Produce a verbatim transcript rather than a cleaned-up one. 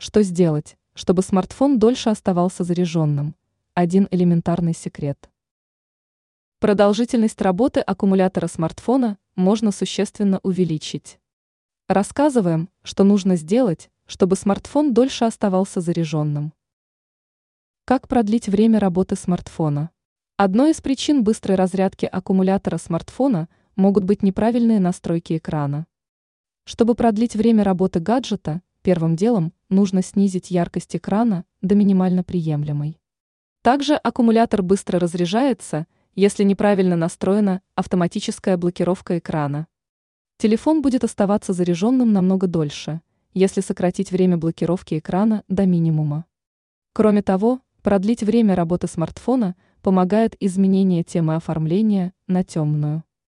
Что сделать, чтобы смартфон дольше оставался заряженным? Один элементарный секрет. Продолжительность работы аккумулятора смартфона можно существенно увеличить. Рассказываем, что нужно сделать, чтобы смартфон дольше оставался заряженным. Как продлить время работы смартфона? Одной из причин быстрой разрядки аккумулятора смартфона могут быть неправильные настройки экрана. Чтобы продлить время работы гаджета, первым делом нужно снизить яркость экрана до минимально приемлемой. Также аккумулятор быстро разряжается, если неправильно настроена автоматическая блокировка экрана. Телефон будет оставаться заряженным намного дольше, если сократить время блокировки экрана до минимума. Кроме того, продлить время работы смартфона помогает изменение темы оформления на темную.